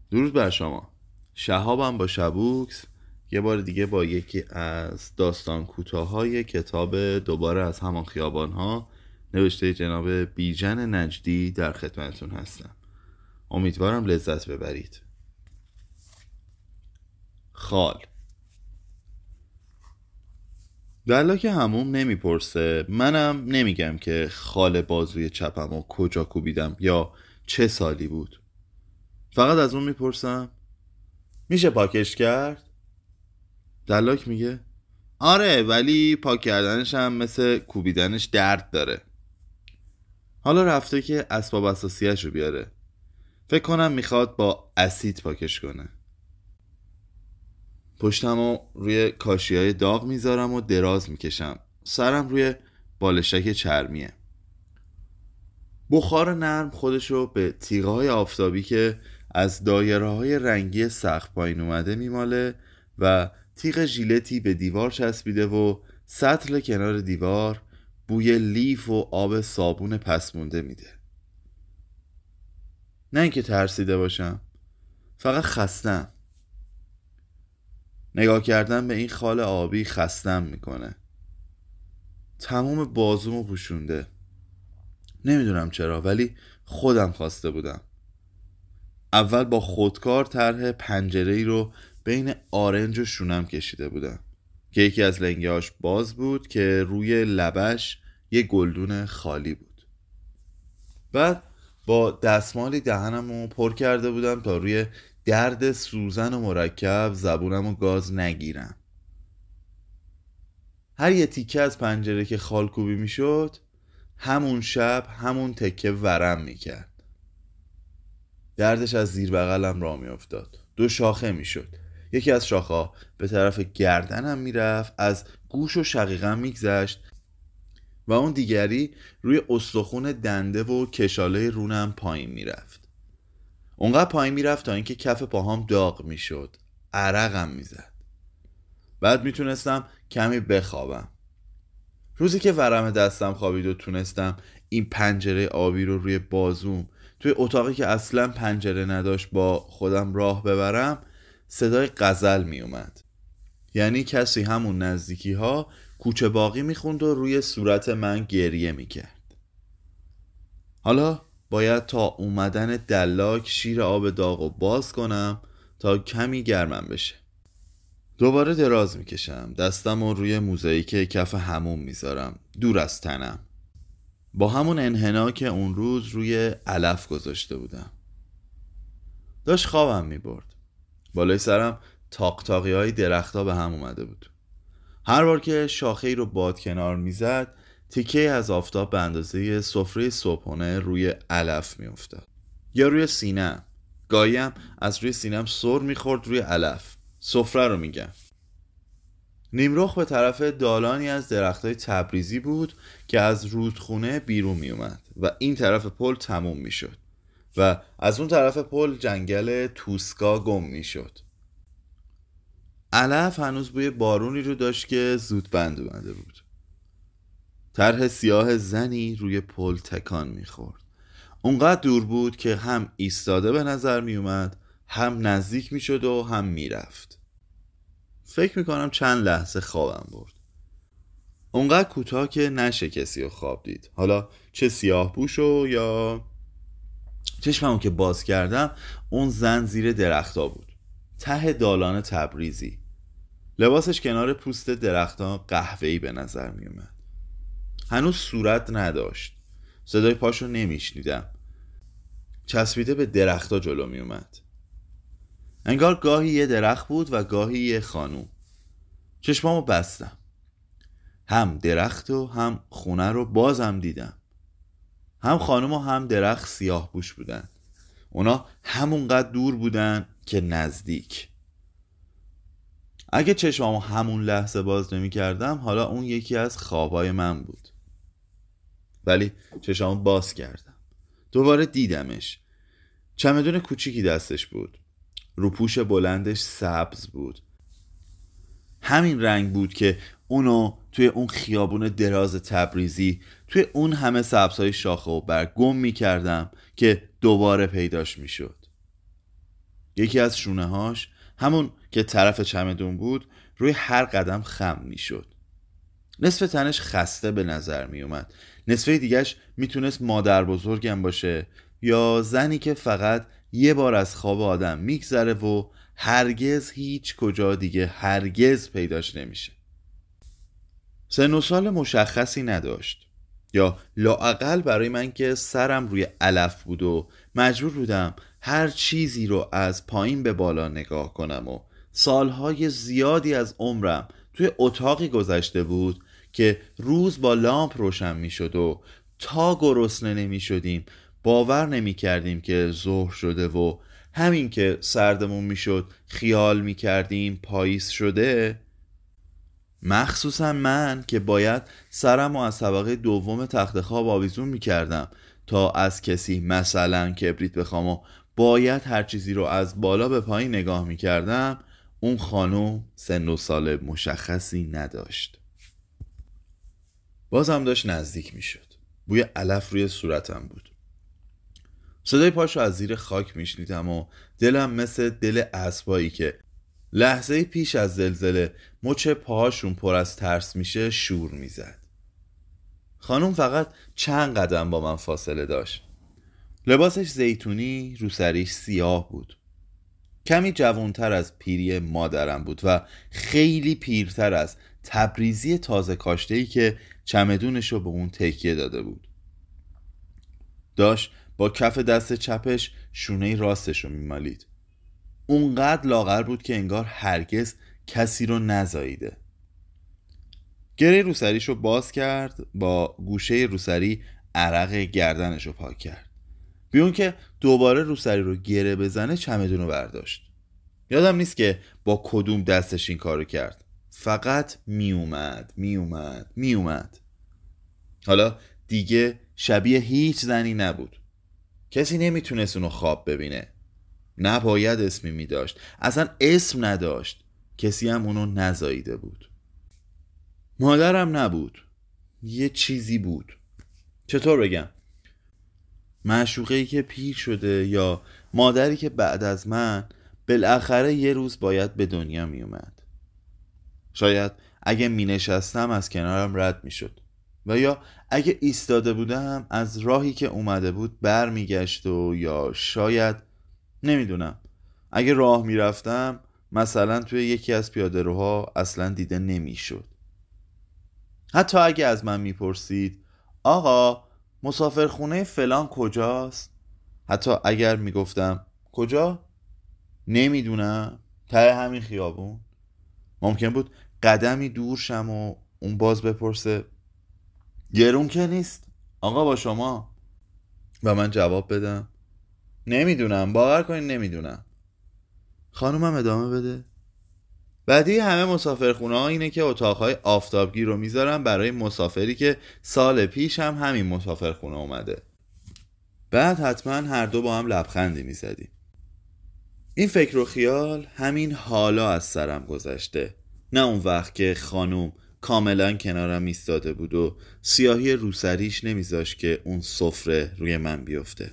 درود بر شما. شهابم با شبوکس یه بار دیگه با یکی از داستان کوتاهای کتاب دوباره از همان خیابانها نوشته جناب بیژن نجدی در خدمتتون هستم. امیدوارم لذت ببرید. خال دلاک هموم نمیپرسه، منم نمیگم که خال بازوی چپم و کجا کوبیدم یا چه سالی بود. فقط از اون میپرسم میشه پاکش کرد؟ دلاک میگه آره، ولی پاک کردنش هم مثل کوبیدنش درد داره. حالا رفته که اسباب اساسیش رو بیاره. فکر کنم میخواد با اسید پاکش کنه. پشتمو روی کاشیای داغ میذارم و دراز میکشم. سرم روی بالشک چرمیه. بخار نرم خودشو به تیغه‌های آفتابی که از دایره‌های رنگی سقف پایین اومده میماله و تیغ ژیلتی به دیوار چسبیده و سطل کنار دیوار بوی لیف و آب صابون پس مونده میده. نه اینکه ترسیده باشم، فقط خستم. نگاه کردن به این خال آبی خستم میکنه. تمام بازومو پوشونده. نمیدونم چرا، ولی خودم خواسته بودم. اول با خودکار طرح پنجره‌ای رو بین آرنج و شونم کشیده بودم که یکی از لنگه‌هاش باز بود که روی لبش یه گلدون خالی بود. بعد با دستمالی دهنم رو پر کرده بودم تا روی درد سوزن و مرکب زبونم رو گاز نگیرم. هر یه تیکه از پنجره که خالکوبی می شد همون شب همون تکه ورم می کرد. دردش از زیر بغلم را می افتاد. 2 شاخه می شد. یکی از شاخه‌ها به طرف گردنم می رفت، از گوش و شقیقم می گذشت و اون دیگری روی استخون دنده و کشاله رونم پایین می رفت. اونقدر پایین می رفت تا اینکه کف پاهام داغ می شد. عرقم می زد. بعد می تونستم کمی بخوابم. روزی که ورم دستم خوابید و تونستم این پنجره آبی رو روی بازوم توی اتاقی که اصلا پنجره نداشت با خودم راه ببرم، صدای غزل می اومد. یعنی کسی همون نزدیکی ها کوچه باقی می خوند و روی صورت من گریه می کرد. حالا باید تا اومدن دلاک شیر آب داغ و باز کنم تا کمی گرمم بشه. دوباره دراز میکشم. دستم رو روی موزاییک کف حموم میذارم، دور از تنم، با همون انحنا که اون روز روی علف گذاشته بودم. داشت خوابم میبرد. بالای سرم تاق تاقی های درختا به هم اومده بود. هر بار که شاخه‌ای رو باد کنار میزد تیکه از آفتاب به اندازه سفره صبحانه روی علف میافتاد یا روی سینم. گاهی هم از روی سینم سر میخورد روی علف. سفره رو میگم. نیمرخ به طرف دالانی از درختای تبریزی بود که از رودخونه بیرون می اومد و این طرف پل تموم می شد و از اون طرف پل جنگل توسکا گم می شد. علف هنوز بوی بارونی رو داشت که زود بند اومده بود. طرح سیاه زنی روی پل تکان می خورد. اونقدر دور بود که هم ایستاده به نظر می اومد، هم نزدیک می شد و هم می رفت. فکر میکنم چند لحظه خوابم برد. اونقدر کوتاه که نشه کسی رو خواب دید. حالا چه سیاه پوشو یا چشممو که باز کردم اون زن زیر درختا بود، ته دالان تبریزی. لباسش کنار پوست درختا قهوه‌ای به نظر می اومد. هنوز صورت نداشت. صدای پاشو نمیشنیدم. چسبیده به درختا جلو می اومد. انگار گاهی یه درخت بود و گاهی یه خانوم. چشمامو بستم. هم درخت و هم خونه رو بازم دیدم. هم خانم و هم درخت سیاه پوش بودن. اونا همونقدر دور بودن که نزدیک. اگه چشمامو همون لحظه باز نمی کردم حالا اون یکی از خوابای من بود. ولی چشمامو باز کردم. دوباره دیدمش. چمدون کوچیکی دستش بود. روپوش بلندش سبز بود. همین رنگ بود که اونو توی اون خیابون دراز تبریزی توی اون همه سبزهای شاخه و برگ گم می کردم که دوباره پیداش می شد. یکی از شونه هاش، همون که طرف چمدون بود، روی هر قدم خم میشد. نصف تنش خسته به نظر می اومد، نصفه دیگهش میتونست مادر بزرگم باشه یا زنی که فقط یه بار از خواب آدم میگذره و هرگز هیچ کجا دیگه هرگز پیداش نمیشه. سن و سال مشخصی نداشت، یا لااقل برای من که سرم روی علف بود و مجبور بودم هر چیزی رو از پایین به بالا نگاه کنم و سالهای زیادی از عمرم توی اتاقی گذشته بود که روز با لامپ روشن می شد و تا گرسنه نمی شدیم باور نمی کردیم که ظهر شده و همین که سردمون می شد خیال می کردیم پاییز شده. مخصوصا من که باید سرم رو از طبقه دوم تخت خواب آویزون می کردم تا از کسی مثلا کبریت بخوام و باید هر چیزی رو از بالا به پایین نگاه می کردم. اون خانم سن و سال مشخصی نداشت. بازم داشت نزدیک می شد. بوی علف روی صورتم بود. صدای پاشو از زیر خاک می شنیدم و دلم مثل دل اسبایی که لحظه پیش از زلزله مچ پاهاشون پر از ترس میشه شور میزد. خانم فقط چند قدم با من فاصله داشت. لباسش زیتونی، روسریش سیاه بود. کمی جوانتر از پیری مادرم بود و خیلی پیرتر از تبریزی تازه کاشته‌ای که چمدونشو به اون تکیه داده بود. داشت با کف دست چپش شونه راستشو میمالید. اونقدر لاغر بود که انگار هرگز کسی رو نزاییده. گره روسریشو باز کرد، با گوشه روسری عرق گردنشو پاک کرد. بیون که دوباره روسری رو گره بزنه چمدونو برداشت. یادم نیست که با کدوم دستش این کارو کرد. فقط میومد. حالا دیگه شبیه هیچ زنی نبود. کسی نمیتونست اونو خواب ببینه. نباید اسمی می داشت، اصلا اسم نداشت. کسی هم اونو نزاییده بود. مادرم نبود، یه چیزی بود. چطور بگم؟ معشوقه‌ای که پیر شده یا مادری که بعد از من بالاخره یه روز باید به دنیا می اومد. شاید اگه می نشستم از کنارم رد می شد و یا اگه ایستاده بودم از راهی که اومده بود بر می گشت و یا شاید نمیدونم اگه راه میرفتم مثلا توی یکی از پیاده‌روها اصلا دیده نمیشد. حتی اگه از من میپرسید آقا مسافرخونه فلان کجاست، حتی اگر میگفتم کجا نمیدونم ته همین خیابون، ممکن بود قدمی دور شم و اون باز بپرسه گرون که نیست آقا با شما، و من جواب بدم نمیدونم، باور کنین نمیدونم. خانومم ادامه بده بعدی همه مسافرخونه ها اینه که اتاقهای آفتابگیر رو میذارن برای مسافری که سال پیش هم همین مسافرخونه اومده. بعد حتما هر دو با هم لبخندی میزدیم. این فکر و خیال همین حالا از سرم گذشته، نه اون وقت که خانوم کاملا کنارم ایستاده بود و سیاهی روسریش نمیذاشت که اون سفره روی من بیفته.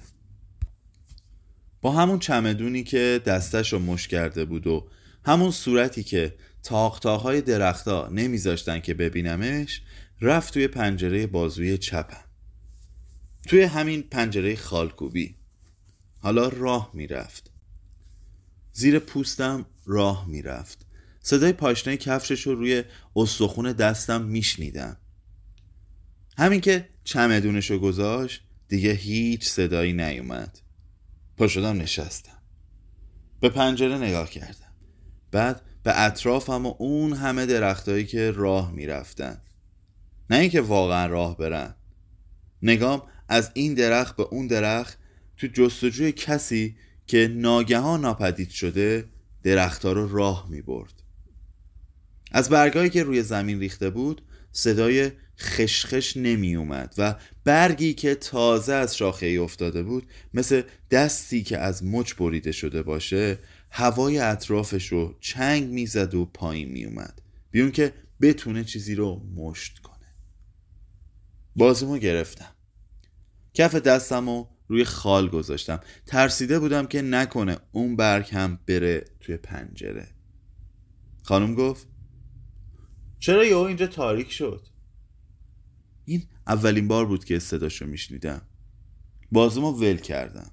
با همون چمدونی که دستش رو مشت کرده بود و همون صورتی که تاق‌تاق‌های درختا نمیذاشتن که ببینمش، رفت توی پنجره بازوی چپم، توی همین پنجره خالکوبی. حالا راه میرفت، زیر پوستم راه میرفت. صدای پاشنه کفشش رو روی استخون دستم میشنیدم. همین که چمدونش رو گذاشت دیگه هیچ صدایی نیومد. پا شدم نشستم، به پنجره نگاه کردم، بعد به اطرافم و اون همه درختایی که راه میرفتن، نه اینکه واقعا راه برن. نگام از این درخت به اون درخت تو جستجوی کسی که ناگهان ناپدید شده درختها رو راه میبرد. از برگایی که روی زمین ریخته بود صدای خشخش نمی اومد و برگی که تازه از شاخه ای افتاده بود مثل دستی که از مچ بریده شده باشه هوای اطرافش رو چنگ میزد و پایین می اومد بیون که بتونه چیزی رو مشت کنه. بازمو گرفتم، کف دستمو روی خال گذاشتم. ترسیده بودم که نکنه اون برگ هم بره توی پنجره. خانم گفت چرا یهو اینجا تاریک شد؟ این اولین بار بود که صداشو میشنیدم. بازومو ول کردم.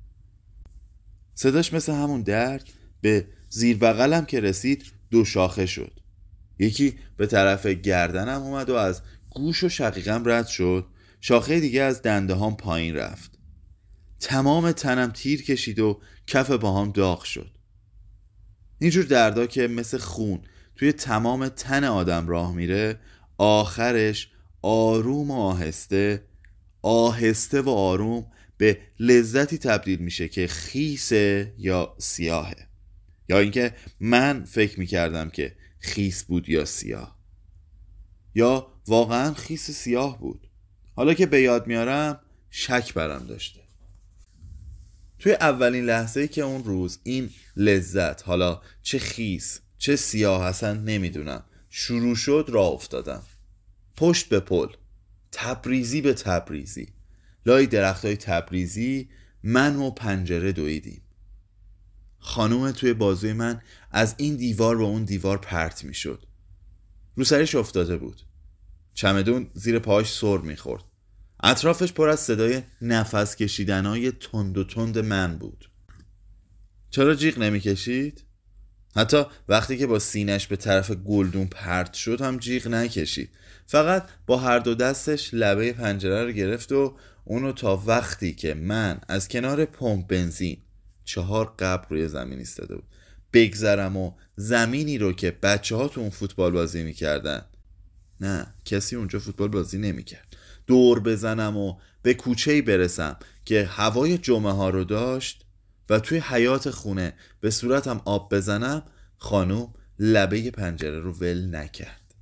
صداش مثل همون درد به زیر بغلم که رسید 2 شاخه شد. یکی به طرف گردنم اومد و از گوش و شقیقم رد شد. شاخه دیگه از دنده هام پایین رفت. تمام تنم تیر کشید و کف پاهام داغ شد. اینجور دردا که مثل خون توی تمام تن آدم راه میره، آخرش آروم و آهسته و آروم به لذتی تبدیل میشه که خیسه یا سیاهه. یا اینکه من فکر میکردم که خیس بود یا سیاه، یا واقعا خیس سیاه بود. حالا که به یاد میارم شک برم داشته. توی اولین لحظه‌ای که اون روز این لذت، حالا چه خیس چه سیاه هستن نمیدونم، شروع شد، راه افتادم پشت به پل، تبریزی به تبریزی، لای درختای تبریزی من و پنجره دویدیم. خانوم توی بازوی من از این دیوار به اون دیوار پرت می شد. رو سرش افتاده بود. چمدون زیر پاهاش سر می خورد. اطرافش پر از صدای نفس کشیدنای تند و تند من بود. چرا جیغ نمی کشید؟ حتی وقتی که با سینش به طرف گلدون پرت شد هم جیغ نکشید. فقط با هر دو دستش لبه پنجره رو گرفت و اونو تا وقتی که من از کنار پمپ بنزین 4 قبر روی زمین ایستاده بود بگذرم و زمینی رو که بچه ها تو اون فوتبال بازی میکردن، نه کسی اونجا فوتبال بازی نمیکرد، دور بزنم و به کوچه‌ای برسم که هوای جمعه ها رو داشت و توی حیاط خونه به صورتم آب بزنم، خانوم لبه پنجره رو ول نکرد.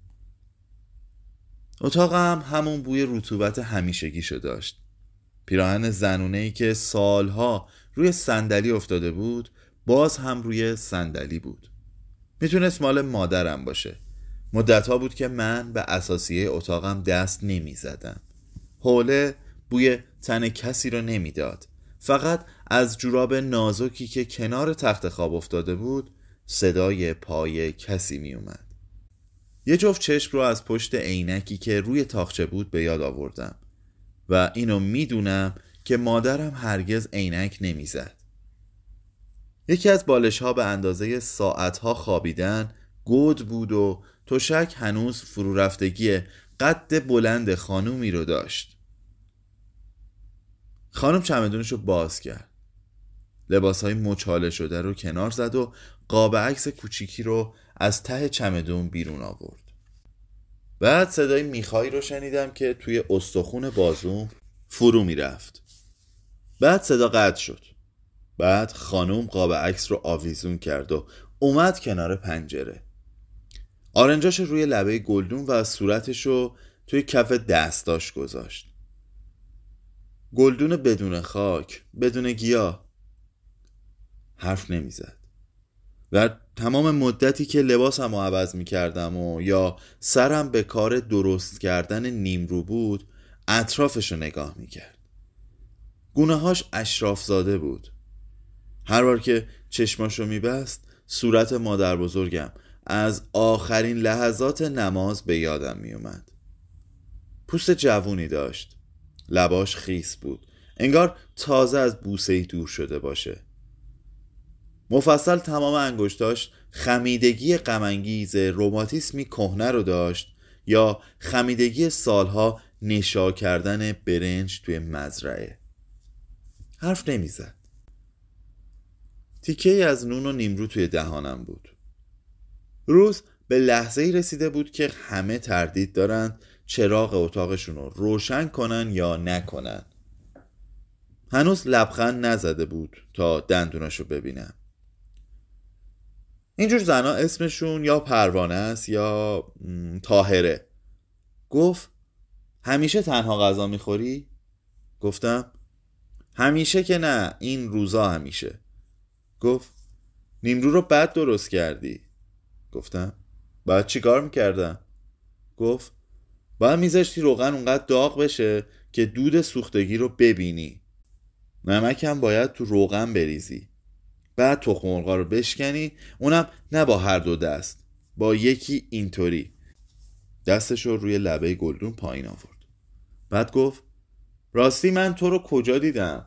اتاقم همون بوی رطوبت همیشگیشو داشت. پیراهن زنونه‌ای که سالها روی صندلی افتاده بود باز هم روی صندلی بود. میتونست مال مادرم باشه. مدت‌ها بود که من به اساسیه اتاقم دست نمی‌زدم. حوله بوی تن کسی رو نمیداد. فقط از جوراب نازکی که کنار تخت خواب افتاده بود صدای پای کسی می اومد. یه جفت چشم رو از پشت عینکی که روی تاقچه بود به یاد آوردم و اینو میدونم که مادرم هرگز عینک نمیزد. یکی از بالش ها به اندازه ساعت ها خوابیدن گود بود و تشک هنوز فرو رفتگی قد بلند خانومی رو داشت. خانم چمدونش رو باز کرد. لباسهای مچاله شده رو کنار زد و قاب عکس کوچیکی رو از ته چمدون بیرون آورد. بعد صدای میخایی رو شنیدم که توی استخون بازوم فرو میرفت. بعد صدا قطع شد. بعد خانم قاب عکس رو آویزون کرد و اومد کنار پنجره. آرنجاش روی لبه گلدون و صورتش رو توی کف دستاش گذاشت. گلدون بدون خاک، بدون گیاه. حرف نمیزد. و تمام مدتی که لباسم رو عوض میکردم و یا سرم به کار درست کردن نیمرو بود اطرافش رو نگاه میکرد. گونه هاش اشراف زاده بود. هر بار که چشماش رو میبست صورت مادر بزرگم از آخرین لحظات نماز به یادم میومد. پوست جوونی داشت. لباش خیس بود. انگار تازه از بوسه‌ای دور شده باشه. مفصل تمام انگشتاش خمیدگی غم‌انگیز روماتیسمی کهنه رو داشت یا خمیدگی سالها نشا کردن برنج توی مزرعه. حرف نمیزد. تیکه‌ای از نون و نیمرو توی دهانم بود. روز به لحظه‌ای رسیده بود که همه تردید دارن چراغ اتاقشون رو روشن کنن یا نکنن. هنوز لبخند نزده بود تا دندوناشو ببینم. اینجور زنا اسمشون یا پروانه است یا طاهره. گفت همیشه تنها غذا میخوری؟ گفتم همیشه که نه، این روزا همیشه. گفت نیمرو رو بد درست کردی. گفتم باید چی کار میکردم؟ گفت باید میذاشتی روغن اونقدر داغ بشه که دود سوختگی رو ببینی. نمک هم باید تو روغن بریزی، بعد تخم مرغا رو بشکنی، اونم نه با هر دو دست، با یکی اینطوری. دستش رو روی لبه گلدون پایین آورد. بعد گفت راستی من تو رو کجا دیدم؟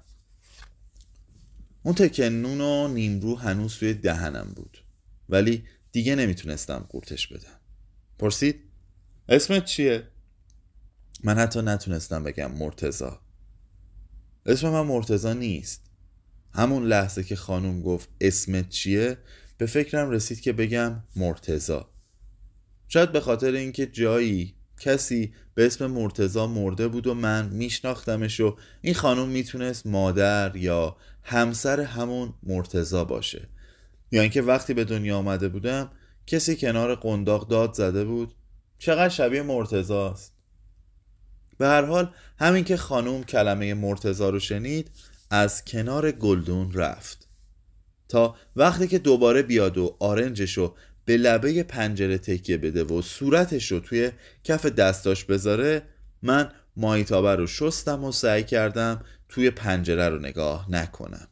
اون تکه نون و نیمرو هنوز توی دهنم بود، ولی دیگه نمیتونستم قورتش بدم. پرسید اسمت چیه؟ من حتی نتونستم بگم مرتضی. اسم من مرتضی نیست. همون لحظه که خانوم گفت اسمت چیه به فکرم رسید که بگم مرتضی. شاید به خاطر اینکه جایی کسی به اسم مرتضی مرده بود و من میشناختمش و این خانوم میتونست مادر یا همسر همون مرتضی باشه، یا اینکه وقتی به دنیا آمده بودم کسی کنار قنداق داد زده بود چقدر شبیه مرتضی است. به هر حال همین که خانوم کلمه مرتضی رو شنید از کنار گلدون رفت تا وقتی که دوباره بیاد و آرنجشو به لبه پنجره تکیه بده و صورتشو توی کف دستاش بذاره، من ماهیتابه رو شستم و سعی کردم توی پنجره رو نگاه نکنم.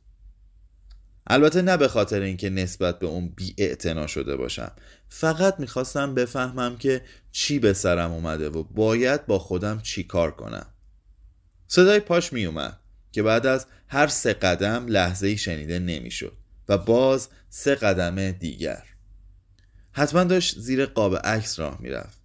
البته نه به خاطر اینکه نسبت به اون بی‌اعتنا شده باشم، فقط میخواستم بفهمم که چی به سرم اومده و باید با خودم چی کار کنم. صدای پاش میومد که بعد از هر 3 قدم لحظه‌ای شنیده نمیشد و باز 3 قدم دیگر. حتما داشت زیر قاب عکس راه میرفت.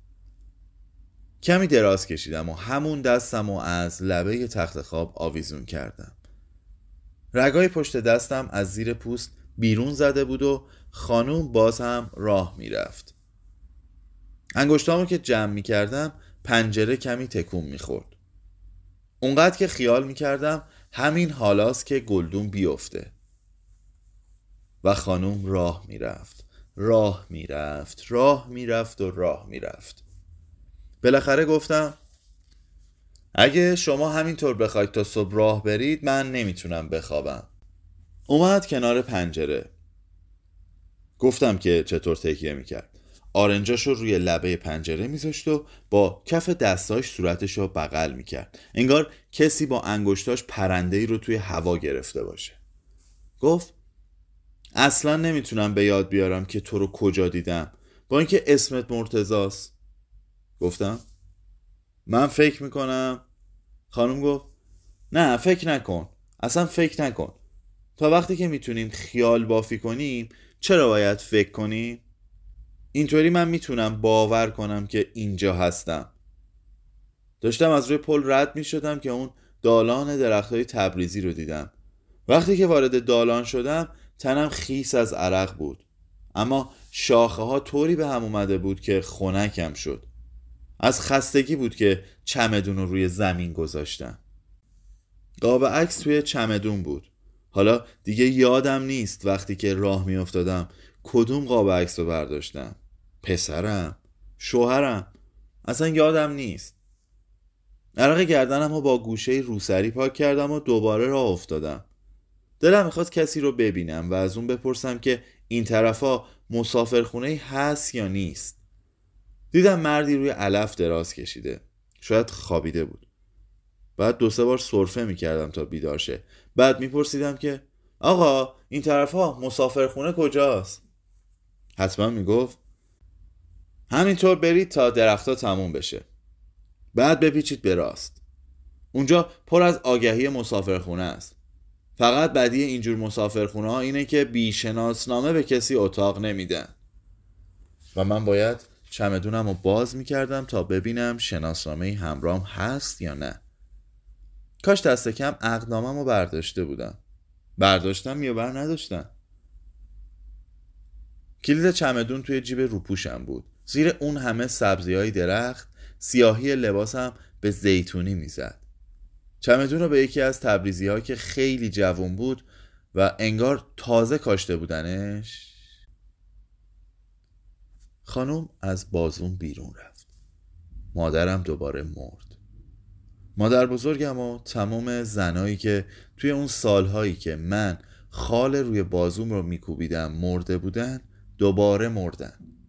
کمی دراز کشیدم و همون دستم و از لبه تخت خواب آویزون کردم. رگای پشت دستم از زیر پوست بیرون زده بود و خانوم باز هم راه میرفت. انگشتامو که جمع میکردم پنجره کمی تکون میخورد. اونقدر که خیال میکردم همین حالاست که گلدون بیفته. و خانوم راه میرفت، راه میرفت، راه میرفت و راه میرفت. بالاخره گفتم اگه شما همینطور بخواید تا صبح راه برید من نمیتونم بخوابم. اومد کنار پنجره. گفتم که چطور تکیه میکرد. آرنجاشو روی لبه پنجره میذاشت و با کف دستاش صورتشو بغل میکرد، انگار کسی با انگشتاش پرنده‌ای رو توی هوا گرفته باشه. گفت اصلا نمیتونم به یاد بیارم که تو رو کجا دیدم با اینکه اسمت مرتضاست. گفتم من فکر میکنم. خانم گفت نه فکر نکن، اصلا فکر نکن. تا وقتی که میتونیم خیال بافی کنیم چرا باید فکر کنیم؟ اینطوری من میتونم باور کنم که اینجا هستم. داشتم از روی پل رد میشدم که اون دالان درختای تبریزی رو دیدم. وقتی که وارد دالان شدم تنم خیس از عرق بود، اما شاخه ها طوری به هم اومده بود که خنکم شد. از خستگی بود که چمدون رو روی زمین گذاشتم. قاب عکس توی چمدون بود. حالا دیگه یادم نیست وقتی که راه می افتادم کدوم قاب عکس رو برداشتم. پسرم، شوهرم، اصلا یادم نیست. عرق گردنم رو با گوشه روسری پاک کردم و دوباره راه افتادم. دلم میخواست کسی رو ببینم و از اون بپرسم که این طرفا مسافرخونه هست یا نیست. دیدم مردی روی علف دراز کشیده، شاید خوابیده بود. بعد 2-3 بار سرفه میکردم تا بیدار شه. بعد میپرسیدم که آقا این طرفا مسافرخونه کجاست؟ حتما میگفت همینطور برید تا درختا تموم بشه، بعد بپیچید به راست. اونجا پر از آگهی مسافرخونه است. فقط بدی اینجور مسافرخونه ها اینه که بی‌شناسنامه به کسی اتاق نمیدن. و من باید چمدونم رو باز میکردم تا ببینم شناسنامه همراهم هست یا نه. کاش دست کم عقدنامه‌مو برداشته بودم. برداشتم یا بر نداشتم. کلید چمدون توی جیب روپوشم بود. زیر اون همه سبزی‌های درخت سیاهی لباسم به زیتونی میزد. چمدون رو به یکی از تبریزی‌ها که خیلی جوان بود و انگار تازه کاشته بودنش. خانم از بازون بیرون رفت. مادرم دوباره مرد. مادر بزرگم و تمام زنایی که توی اون سالهایی که من خال روی بازوم رو میکوبیدم مرده بودن دوباره مردن.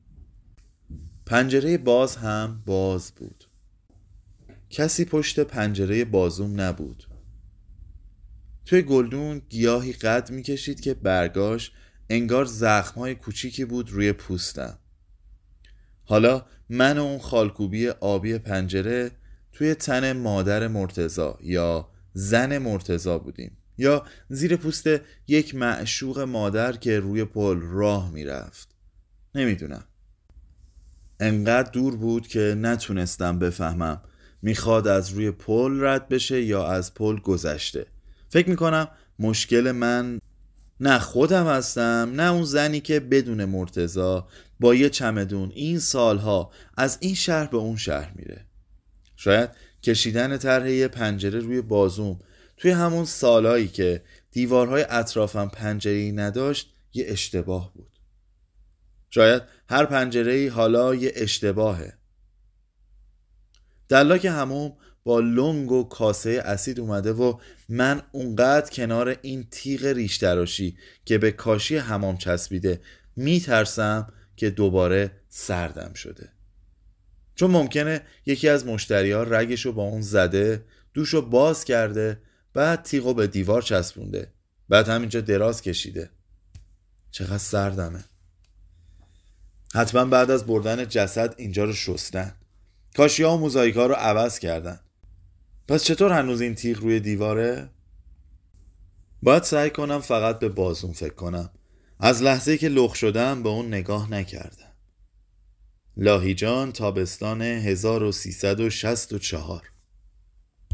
پنجره باز هم باز بود. کسی پشت پنجره بازوم نبود. توی گلدون گیاهی قد میکشید که برگاش انگار زخمهای کوچیکی بود روی پوستم. حالا من و اون خالکوبی آبی پنجره توی تن مادر مرتضی یا زن مرتضی بودیم، یا زیر پوست یک معشوق مادر که روی پل راه میرفت. نمیدونم. انقدر دور بود که نتونستم بفهمم میخواد از روی پل رد بشه یا از پل گذشته. فکر میکنم مشکل من نه خودم هستم، نه اون زنی که بدون مرتضی با یه چمدون این سالها از این شهر به اون شهر میره. شاید کشیدن طرح یه پنجره روی بازوم توی همون سالهایی که دیوارهای اطرافم پنجره‌ای نداشت یه اشتباه بود. شاید هر پنجره‌ای حالا یه اشتباهه. دلاک حموم با لنگ و کاسه اسید اومده و من اونقدر کنار این تیغ ریش تراشی که به کاشی حمام چسبیده میترسم که دوباره سردم شده. چون ممکنه یکی از مشتری‌ها رگشو با اون زده، دوشو باز کرده، بعد تیغو به دیوار چسبونده، بعد همینجا دراز کشیده. چقدر سردمه. حتما بعد از بردن جسد اینجا رو شستن، کاشی‌ها و موزاییک‌ها رو عوض کردن. پس چطور هنوز این تیغ روی دیواره؟ باید سعی کنم فقط به بازون فکر کنم. از لحظه‌ای که لخت شدم به اون نگاه نکردم. لاهیجان، تابستان 1364.